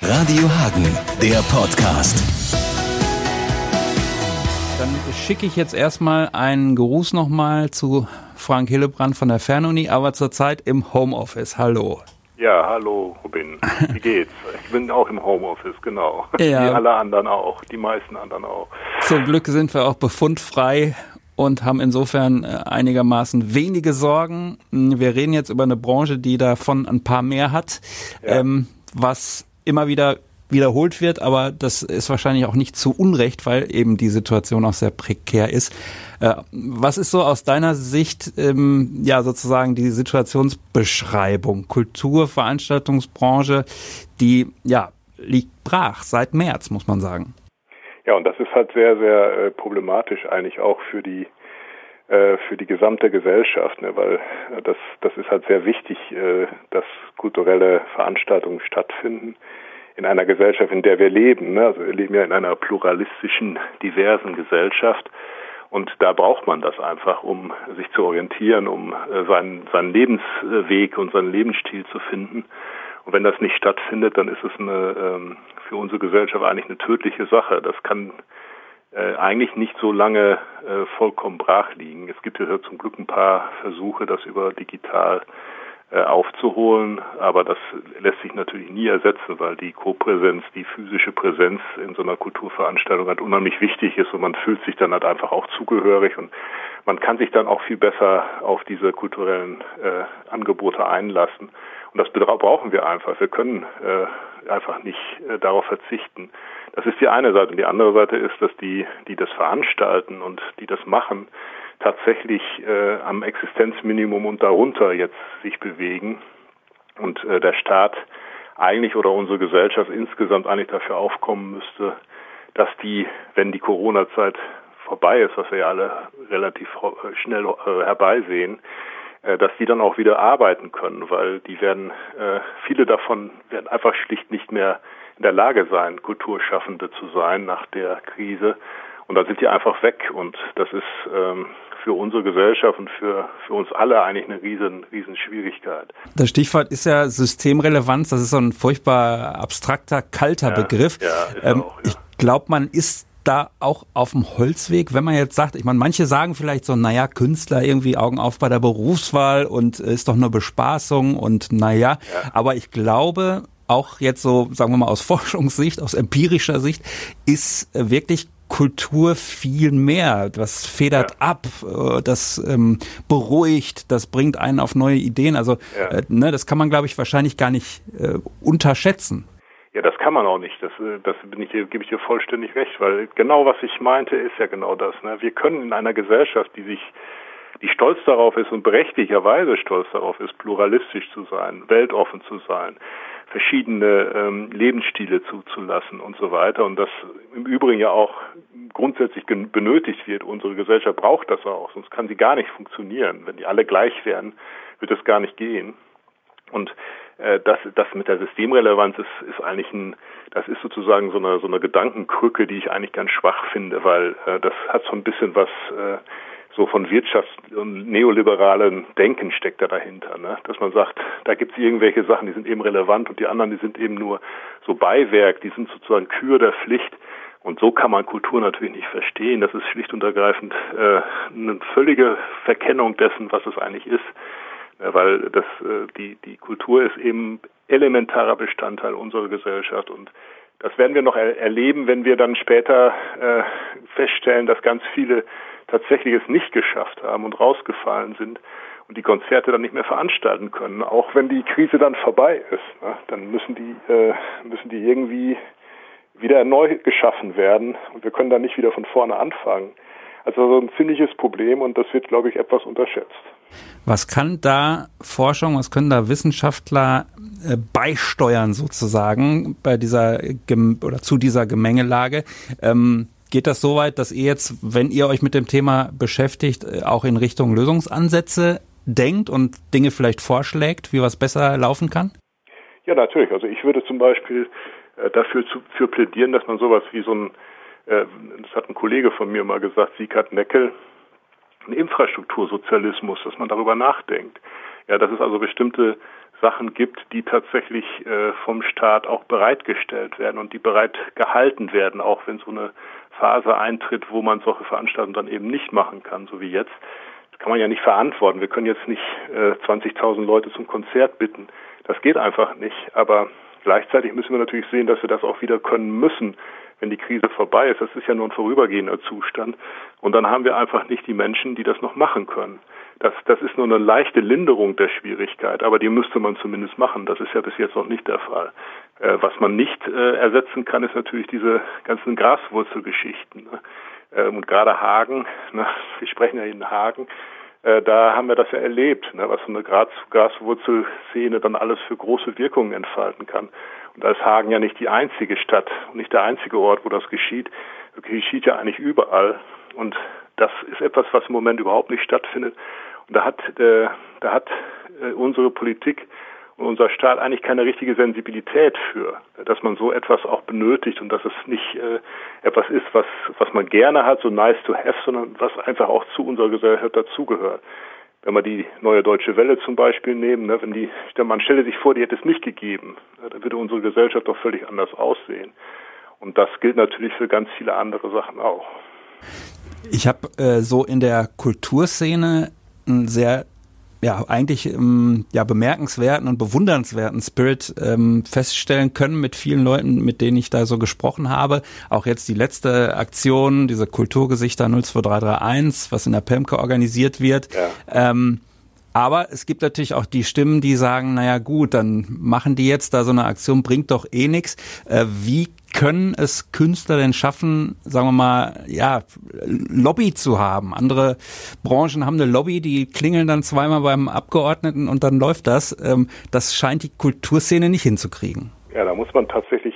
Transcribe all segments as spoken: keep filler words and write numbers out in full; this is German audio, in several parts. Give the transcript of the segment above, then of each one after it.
Radio Hagen, der Podcast. Dann schicke ich jetzt erstmal einen Gruß nochmal zu Frank Hillebrand von der Fernuni, aber zurzeit im Homeoffice. Hallo. Ja, hallo Robin. Wie geht's? Ich bin auch im Homeoffice, genau. Ja. Wie alle anderen auch, die meisten anderen auch. Zum Glück sind wir auch befundfrei und haben insofern einigermaßen wenige Sorgen. Wir reden jetzt über eine Branche, die davon ein paar mehr hat, ja. ähm, was immer wieder wiederholt wird, aber das ist wahrscheinlich auch nicht zu Unrecht, weil eben die Situation auch sehr prekär ist. Äh, was ist so aus deiner Sicht ähm, ja sozusagen die Situationsbeschreibung? Kultur, Veranstaltungsbranche, die ja liegt brach seit März, muss man sagen. Ja, und das ist halt sehr, sehr äh, problematisch eigentlich auch für die äh, für die gesamte Gesellschaft, ne? Weil äh, das das ist halt sehr wichtig, äh, dass kulturelle Veranstaltungen stattfinden in einer Gesellschaft, in der wir leben. Ne? Also wir leben ja in einer pluralistischen, diversen Gesellschaft und da braucht man das einfach, um sich zu orientieren, um äh, seinen seinen Lebensweg und seinen Lebensstil zu finden. Und wenn das nicht stattfindet, dann ist es eine ähm, für unsere Gesellschaft eigentlich eine tödliche Sache. Das kann äh, eigentlich nicht so lange äh, vollkommen brach liegen. Es gibt ja zum Glück ein paar Versuche, das über digital äh, aufzuholen, aber das lässt sich natürlich nie ersetzen, weil die Kopräsenz, die physische Präsenz in so einer Kulturveranstaltung halt unheimlich wichtig ist und man fühlt sich dann halt einfach auch zugehörig und man kann sich dann auch viel besser auf diese kulturellen äh, Angebote einlassen. Und das brauchen wir einfach. Wir können äh, einfach nicht äh, darauf verzichten. Das ist die eine Seite. Und die andere Seite ist, dass die, die das veranstalten und die das machen, tatsächlich äh, am Existenzminimum und darunter jetzt sich bewegen. Und äh, der Staat eigentlich oder unsere Gesellschaft insgesamt eigentlich dafür aufkommen müsste, dass die, wenn die Corona-Zeit vorbei ist, was wir ja alle relativ schnell äh, herbeisehen, dass die dann auch wieder arbeiten können, weil die werden, äh, viele davon werden einfach schlicht nicht mehr in der Lage sein, Kulturschaffende zu sein nach der Krise. Und dann sind die einfach weg. Und das ist ähm, für unsere Gesellschaft und für, für uns alle eigentlich eine riesen, riesen Schwierigkeit. Das Stichwort ist ja Systemrelevanz. Das ist so ein furchtbar abstrakter, kalter ja, Begriff. Ja, ist ähm, auch, ja. Ich glaube, man ist da auch auf dem Holzweg, wenn man jetzt sagt, ich meine, manche sagen vielleicht so, naja, Künstler irgendwie Augen auf bei der Berufswahl und ist doch nur Bespaßung und naja, ja. Aber ich glaube, auch jetzt so, sagen wir mal aus Forschungssicht, aus empirischer Sicht, ist wirklich Kultur viel mehr. Das federt ja. ab, das ähm, beruhigt, das bringt einen auf neue Ideen. Also ja. äh, ne, das kann man, glaube ich, wahrscheinlich gar nicht äh, unterschätzen. Ja, das kann man auch nicht. Das, das bin ich, gebe ich dir vollständig recht, weil genau was ich meinte, ist ja genau das. Ne? Wir können in einer Gesellschaft, die sich, die stolz darauf ist und berechtigterweise stolz darauf ist, pluralistisch zu sein, weltoffen zu sein, verschiedene ähm, Lebensstile zuzulassen und so weiter. Und das im Übrigen ja auch grundsätzlich benötigt wird. Unsere Gesellschaft braucht das auch, sonst kann sie gar nicht funktionieren. Wenn die alle gleich wären, wird es gar nicht gehen. Und äh, das, das mit der Systemrelevanz ist, ist eigentlich ein, das ist sozusagen so eine, so eine Gedankenkrücke, die ich eigentlich ganz schwach finde, weil äh, das hat so ein bisschen was äh, so von Wirtschafts- und neoliberalen Denken steckt da dahinter, ne? Dass man sagt, da gibt es irgendwelche Sachen, die sind eben relevant und die anderen, die sind eben nur so Beiwerk, die sind sozusagen Kür der Pflicht. Und so kann man Kultur natürlich nicht verstehen. Das ist schlicht und ergreifend äh, eine völlige Verkennung dessen, was es eigentlich ist. Weil das die die Kultur ist eben elementarer Bestandteil unserer Gesellschaft und das werden wir noch er- erleben, wenn wir dann später äh, feststellen, dass ganz viele tatsächlich es nicht geschafft haben und rausgefallen sind und die Konzerte dann nicht mehr veranstalten können, auch wenn die Krise dann vorbei ist. Ne? Dann müssen die äh, müssen die irgendwie wieder neu geschaffen werden und wir können dann nicht wieder von vorne anfangen. Also so ein ziemliches Problem und das wird, glaube ich, etwas unterschätzt. Was kann da Forschung, was können da Wissenschaftler äh, beisteuern sozusagen bei dieser Gem- oder zu dieser Gemengelage? Ähm, geht das so weit, dass ihr jetzt, wenn ihr euch mit dem Thema beschäftigt, auch in Richtung Lösungsansätze denkt und Dinge vielleicht vorschlägt, wie was besser laufen kann? Ja, natürlich. Also ich würde zum Beispiel äh, dafür zu, für plädieren, dass man sowas wie so ein das hat ein Kollege von mir mal gesagt, Sieghard Neckel, ein Infrastruktursozialismus, dass man darüber nachdenkt. Ja, dass es also bestimmte Sachen gibt, die tatsächlich äh, vom Staat auch bereitgestellt werden und die bereit gehalten werden, auch wenn so eine Phase eintritt, wo man solche Veranstaltungen dann eben nicht machen kann, so wie jetzt. Das kann man ja nicht verantworten. Wir können jetzt nicht äh, zwanzigtausend Leute zum Konzert bitten. Das geht einfach nicht. Aber gleichzeitig müssen wir natürlich sehen, dass wir das auch wieder können müssen, wenn die Krise vorbei ist. Das ist ja nur ein vorübergehender Zustand. Und dann haben wir einfach nicht die Menschen, die das noch machen können. Das, das ist nur eine leichte Linderung der Schwierigkeit, aber die müsste man zumindest machen. Das ist ja bis jetzt noch nicht der Fall. Äh, was man nicht äh, ersetzen kann, ist natürlich diese ganzen Graswurzelgeschichten. Ne? Äh, und gerade Hagen, ne? Wir sprechen ja in Hagen, äh, da haben wir das ja erlebt, ne? Was so eine Gras, Graswurzelszene dann alles für große Wirkungen entfalten kann. Und da ist Hagen ja nicht die einzige Stadt und nicht der einzige Ort, wo das geschieht. Das geschieht ja eigentlich überall. Und das ist etwas, was im Moment überhaupt nicht stattfindet. Und da hat, äh, da hat äh, unsere Politik und unser Staat eigentlich keine richtige Sensibilität für, dass man so etwas auch benötigt und dass es nicht äh, etwas ist, was, was man gerne hat, so nice to have, sondern was einfach auch zu unserer Gesellschaft dazugehört. Wenn wir die Neue Deutsche Welle zum Beispiel nehmen, ne, wenn die, man stelle sich vor, die hätte es nicht gegeben, ne, dann würde unsere Gesellschaft doch völlig anders aussehen. Und das gilt natürlich für ganz viele andere Sachen auch. Ich habe äh, so in der Kulturszene einen sehr, ja, eigentlich ähm, ja, bemerkenswerten und bewundernswerten Spirit ähm, feststellen können mit vielen Leuten, mit denen ich da so gesprochen habe. Auch jetzt die letzte Aktion, diese Kulturgesichter null zwei drei drei eins, was in der Pemke organisiert wird. Ja. Ähm, aber es gibt natürlich auch die Stimmen, die sagen, naja gut, dann machen die jetzt da so eine Aktion, bringt doch eh nichts. Äh, wie können es Künstler denn schaffen, sagen wir mal, ja, Lobby zu haben? Andere Branchen haben eine Lobby, die klingeln dann zweimal beim Abgeordneten und dann läuft das. Ähm, das scheint die Kulturszene nicht hinzukriegen. Ja, da muss man tatsächlich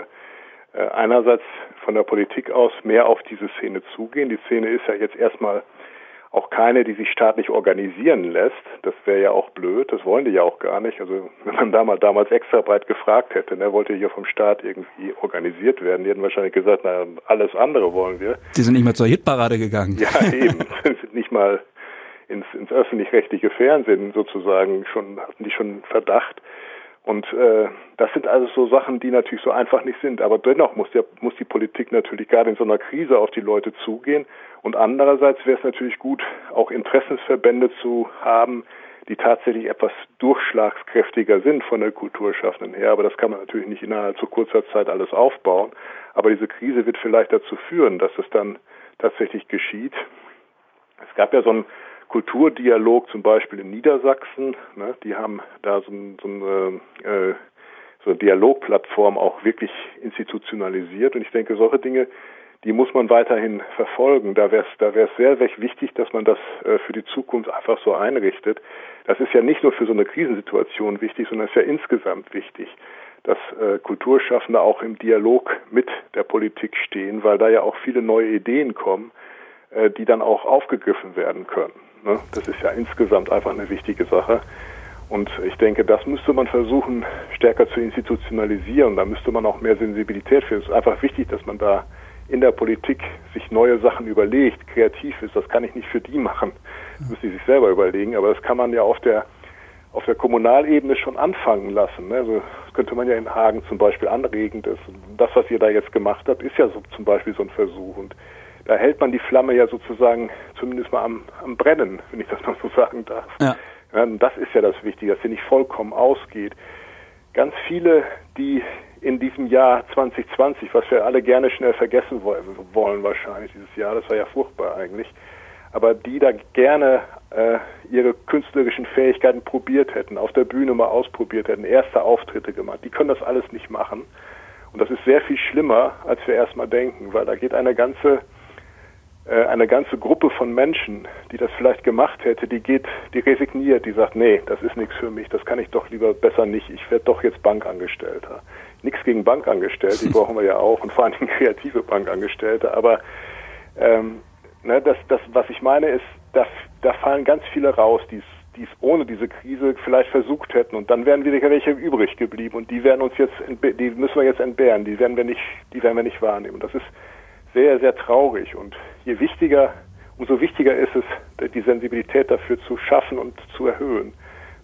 äh, einerseits von der Politik aus mehr auf diese Szene zugehen. Die Szene ist ja jetzt erstmal auch keine, die sich staatlich organisieren lässt. Das wäre ja auch blöd, das wollen die ja auch gar nicht. Also wenn man damals, damals extra breit gefragt hätte, ne, wollte hier vom Staat irgendwie organisiert werden, die hätten wahrscheinlich gesagt, na, alles andere wollen wir. Die sind nicht mal zur Hitparade gegangen. Ja, eben. Sind nicht mal ins, ins öffentlich-rechtliche Fernsehen sozusagen, schon hatten die schon Verdacht. Und äh, das sind also so Sachen, die natürlich so einfach nicht sind. Aber dennoch muss, der, muss die Politik natürlich gerade in so einer Krise auf die Leute zugehen. Und andererseits wäre es natürlich gut, auch Interessensverbände zu haben, die tatsächlich etwas durchschlagskräftiger sind von der Kulturschaffenden her. Aber das kann man natürlich nicht innerhalb so kurzer Zeit alles aufbauen. Aber diese Krise wird vielleicht dazu führen, dass es dann tatsächlich geschieht. Es gab ja so einen Kulturdialog zum Beispiel in Niedersachsen. Ne? Die haben da so, ein, so, eine, äh, so eine Dialogplattform auch wirklich institutionalisiert. Und ich denke, solche Dinge, die muss man weiterhin verfolgen. Da wäre es da wäre es sehr, sehr wichtig, dass man das äh, für die Zukunft einfach so einrichtet. Das ist ja nicht nur für so eine Krisensituation wichtig, sondern es ist ja insgesamt wichtig, dass äh, Kulturschaffende auch im Dialog mit der Politik stehen, weil da ja auch viele neue Ideen kommen, äh, die dann auch aufgegriffen werden können. Ne? Das ist ja insgesamt einfach eine wichtige Sache. Und ich denke, das müsste man versuchen, stärker zu institutionalisieren. Da müsste man auch mehr Sensibilität für. Es ist einfach wichtig, dass man da in der Politik sich neue Sachen überlegt, kreativ ist. Das kann ich nicht für die machen. Das müssen die sich selber überlegen. Aber das kann man ja auf der auf der Kommunalebene schon anfangen lassen. Ne? Also das könnte man ja in Hagen zum Beispiel anregen. Das, das, was ihr da jetzt gemacht habt, ist ja so zum Beispiel so ein Versuch. Und da hält man die Flamme ja sozusagen zumindest mal am, am Brennen, wenn ich das mal so sagen darf. Ja. Ja, und das ist ja das Wichtige, dass sie nicht vollkommen ausgeht. Ganz viele, die in diesem Jahr zwanzig zwanzig, was wir alle gerne schnell vergessen wollen wahrscheinlich dieses Jahr, das war ja furchtbar eigentlich, aber die da gerne äh, ihre künstlerischen Fähigkeiten probiert hätten, auf der Bühne mal ausprobiert hätten, erste Auftritte gemacht, die können das alles nicht machen. Und das ist sehr viel schlimmer, als wir erstmal denken, weil da geht eine ganze äh, eine ganze Gruppe von Menschen, die das vielleicht gemacht hätte, die geht, die resigniert, die sagt, nee, das ist nichts für mich, das kann ich doch lieber besser nicht, ich werde doch jetzt Bankangestellter. Nichts gegen Bankangestellte, die brauchen wir ja auch und vor allem kreative Bankangestellte, aber ähm, ne, das, das, was ich meine ist, da, da fallen ganz viele raus, die es ohne diese Krise vielleicht versucht hätten und dann wären wieder welche übrig geblieben und die werden uns jetzt, die müssen wir jetzt entbehren, die werden wir nicht, die werden wir nicht wahrnehmen. Das ist sehr, sehr traurig und je wichtiger, umso wichtiger ist es, die Sensibilität dafür zu schaffen und zu erhöhen.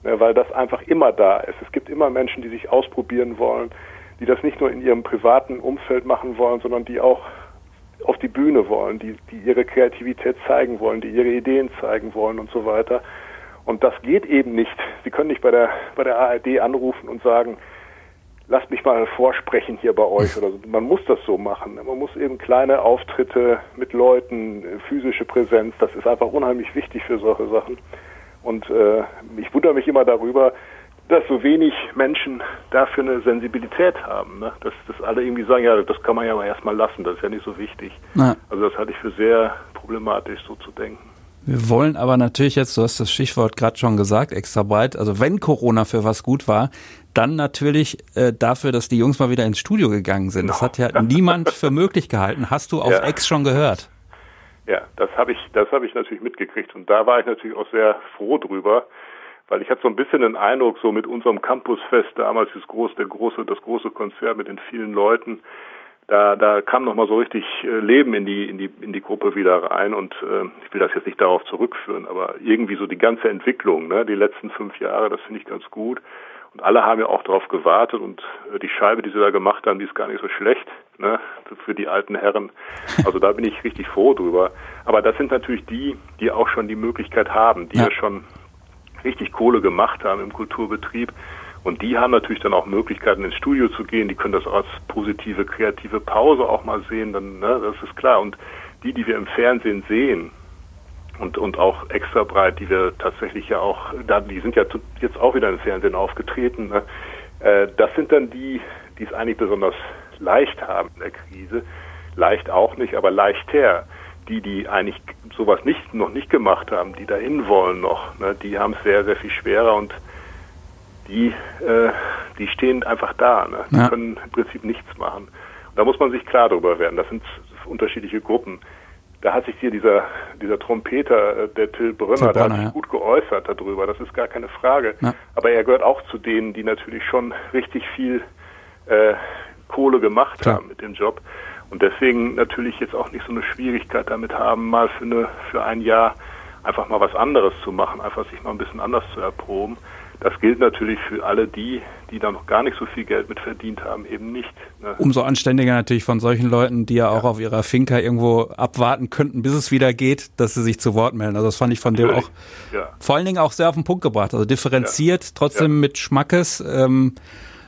ne, weil das einfach immer da ist. Es gibt immer Menschen, die sich ausprobieren wollen, die das nicht nur in ihrem privaten Umfeld machen wollen, sondern die auch auf die Bühne wollen, die, die ihre Kreativität zeigen wollen, die ihre Ideen zeigen wollen und so weiter. Und das geht eben nicht. Sie können nicht bei der, bei der A R D anrufen und sagen, lasst mich mal vorsprechen hier bei euch oder so. Man muss das so machen. Man muss eben kleine Auftritte mit Leuten, physische Präsenz, das ist einfach unheimlich wichtig für solche Sachen. Und äh, ich wundere mich immer darüber, dass so wenig Menschen dafür eine Sensibilität haben. Ne? Dass, dass alle irgendwie sagen, ja, das kann man ja aber erstmal lassen, das ist ja nicht so wichtig. Ja. Also das halte ich für sehr problematisch, so zu denken. Wir wollen aber natürlich jetzt, du hast das Stichwort gerade schon gesagt, extra breit, also wenn Corona für was gut war, dann natürlich äh, dafür, dass die Jungs mal wieder ins Studio gegangen sind. Genau. Das hat ja niemand für möglich gehalten. Hast du auf ja. X schon gehört? Ja, das habe ich, das habe ich natürlich mitgekriegt und da war ich natürlich auch sehr froh drüber, weil ich hatte so ein bisschen den Eindruck, so mit unserem Campusfest damals, das große, der große, das große Konzert mit den vielen Leuten, Da, da kam nochmal so richtig äh, Leben in die, in die, in die Gruppe wieder rein und äh, ich will das jetzt nicht darauf zurückführen, aber irgendwie so die ganze Entwicklung, ne, die letzten fünf Jahre, das finde ich ganz gut. Und alle haben ja auch darauf gewartet und äh, die Scheibe, die sie da gemacht haben, die ist gar nicht so schlecht, ne, für die alten Herren. Also da bin ich richtig froh drüber. Aber das sind natürlich die, die auch schon die Möglichkeit haben, die ja, ja schon richtig Kohle gemacht haben im Kulturbetrieb. Und die haben natürlich dann auch Möglichkeiten, ins Studio zu gehen. Die können das als positive, kreative Pause auch mal sehen. Dann, ne, das ist klar. Und die, die wir im Fernsehen sehen und und auch extra breit, die wir tatsächlich ja auch, da, die sind ja jetzt auch wieder im Fernsehen aufgetreten. Ne? Äh, das sind dann die, die es eigentlich besonders leicht haben in der Krise. Leicht auch nicht, aber leichter. Die, die eigentlich sowas nicht noch nicht gemacht haben, die dahin wollen noch, ne? Die haben es sehr, sehr viel schwerer und die äh, die stehen einfach da, ne? Die ja. können im Prinzip nichts machen. Und da muss man sich klar darüber werden. Das sind unterschiedliche Gruppen. Da hat sich hier dieser dieser Trompeter, der Till Brönner, der hat sich ja. gut geäußert darüber. Das ist gar keine Frage. Ja. Aber er gehört auch zu denen, die natürlich schon richtig viel äh, Kohle gemacht klar. haben mit dem Job. Und deswegen natürlich jetzt auch nicht so eine Schwierigkeit damit haben, mal für eine für ein Jahr einfach mal was anderes zu machen, einfach sich mal ein bisschen anders zu erproben. Das gilt natürlich für alle die, die da noch gar nicht so viel Geld mit verdient haben, eben nicht. Ne? Umso anständiger natürlich von solchen Leuten, die ja, ja auch auf ihrer Finca irgendwo abwarten könnten, bis es wieder geht, dass sie sich zu Wort melden. Also das fand ich von natürlich. dem auch ja. vor allen Dingen auch sehr auf den Punkt gebracht. Also differenziert, ja. trotzdem ja. mit Schmackes. Ähm,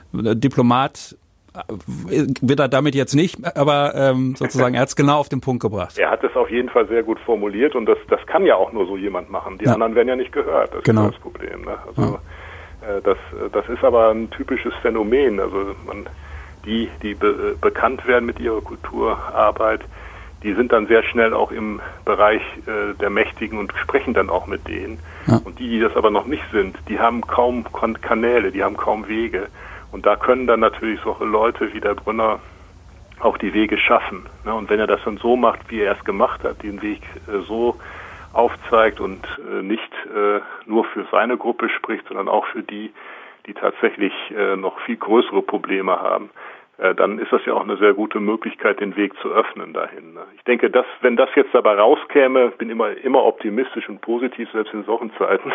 Diplomat wird er damit jetzt nicht, aber ähm, sozusagen er hat es genau auf den Punkt gebracht. Er hat es auf jeden Fall sehr gut formuliert und das das kann ja auch nur so jemand machen. Die ja. anderen werden ja nicht gehört. Das genau. ist das Problem. Ne? Also ja. äh, das das ist aber ein typisches Phänomen. Also man die die be, bekannt werden mit ihrer Kulturarbeit, die sind dann sehr schnell auch im Bereich äh, der Mächtigen und sprechen dann auch mit denen. Ja. Und die, die das aber noch nicht sind, die haben kaum Kanäle, die haben kaum Wege. Und da können dann natürlich solche Leute wie der Brönner auch die Wege schaffen. Ne? Und wenn er das dann so macht, wie er es gemacht hat, den Weg äh, so aufzeigt und äh, nicht äh, nur für seine Gruppe spricht, sondern auch für die, die tatsächlich äh, noch viel größere Probleme haben, äh, dann ist das ja auch eine sehr gute Möglichkeit, den Weg zu öffnen dahin. Ne? Ich denke, dass, wenn das jetzt dabei rauskäme, bin immer immer optimistisch und positiv, selbst in solchen Zeiten,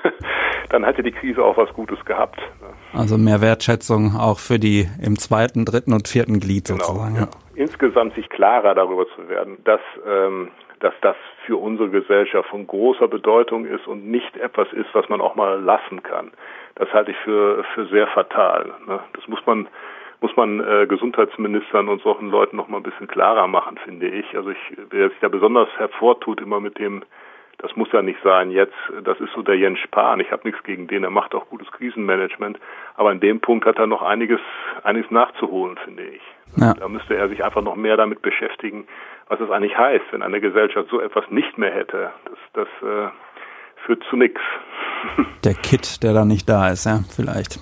dann hätte die Krise auch was Gutes gehabt. Ne? Also mehr Wertschätzung auch für die im zweiten, dritten und vierten Glied genau, sozusagen. Ja. Insgesamt sich klarer darüber zu werden, dass ähm, dass das für unsere Gesellschaft von großer Bedeutung ist und nicht etwas ist, was man auch mal lassen kann. Das halte ich für für sehr fatal. Ne? Das muss man muss man äh, Gesundheitsministern und solchen Leuten noch mal ein bisschen klarer machen, finde ich. Also ich, wer sich da besonders hervortut, immer mit dem, das muss ja nicht sein jetzt, das ist so der Jens Spahn. Ich habe nichts gegen den, er macht auch gutes Krisenmanagement, aber in dem Punkt hat er noch einiges einiges nachzuholen, finde ich. Ja. Da müsste er sich einfach noch mehr damit beschäftigen, was es eigentlich heißt, wenn eine Gesellschaft so etwas nicht mehr hätte. Das, das äh, führt zu nichts. Der Kit, der da nicht da ist, ja, vielleicht.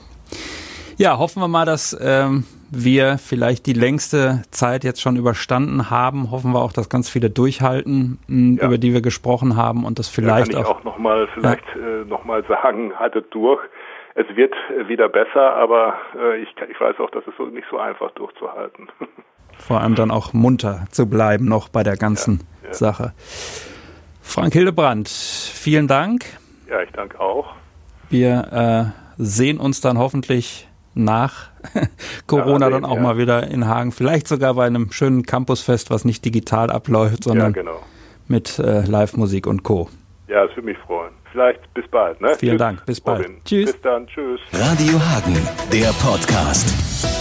Ja, hoffen wir mal, dass ähm, wir vielleicht die längste Zeit jetzt schon überstanden haben. Hoffen wir auch, dass ganz viele durchhalten, mh, ja. über die wir gesprochen haben und das vielleicht ja, kann ich auch... auch noch mal vielleicht ja. äh, noch mal sagen, haltet durch. Es wird wieder besser, aber äh, ich, ich weiß auch, dass es so nicht so einfach durchzuhalten. Vor allem dann auch munter zu bleiben noch bei der ganzen ja, ja. Sache. Frank Hildebrandt, vielen Dank. Ja, ich danke auch. Wir äh, sehen uns dann hoffentlich nach Corona ja, dann auch ja. mal wieder in Hagen. Vielleicht sogar bei einem schönen Campusfest, was nicht digital abläuft, sondern ja, genau. mit äh, Live-Musik und Co. Ja, es würde mich freuen. Vielleicht bis bald. Ne? Vielen Tschüss, Dank. Bis bald. Robin. Tschüss. Bis dann. Tschüss. Radio Hagen, der Podcast.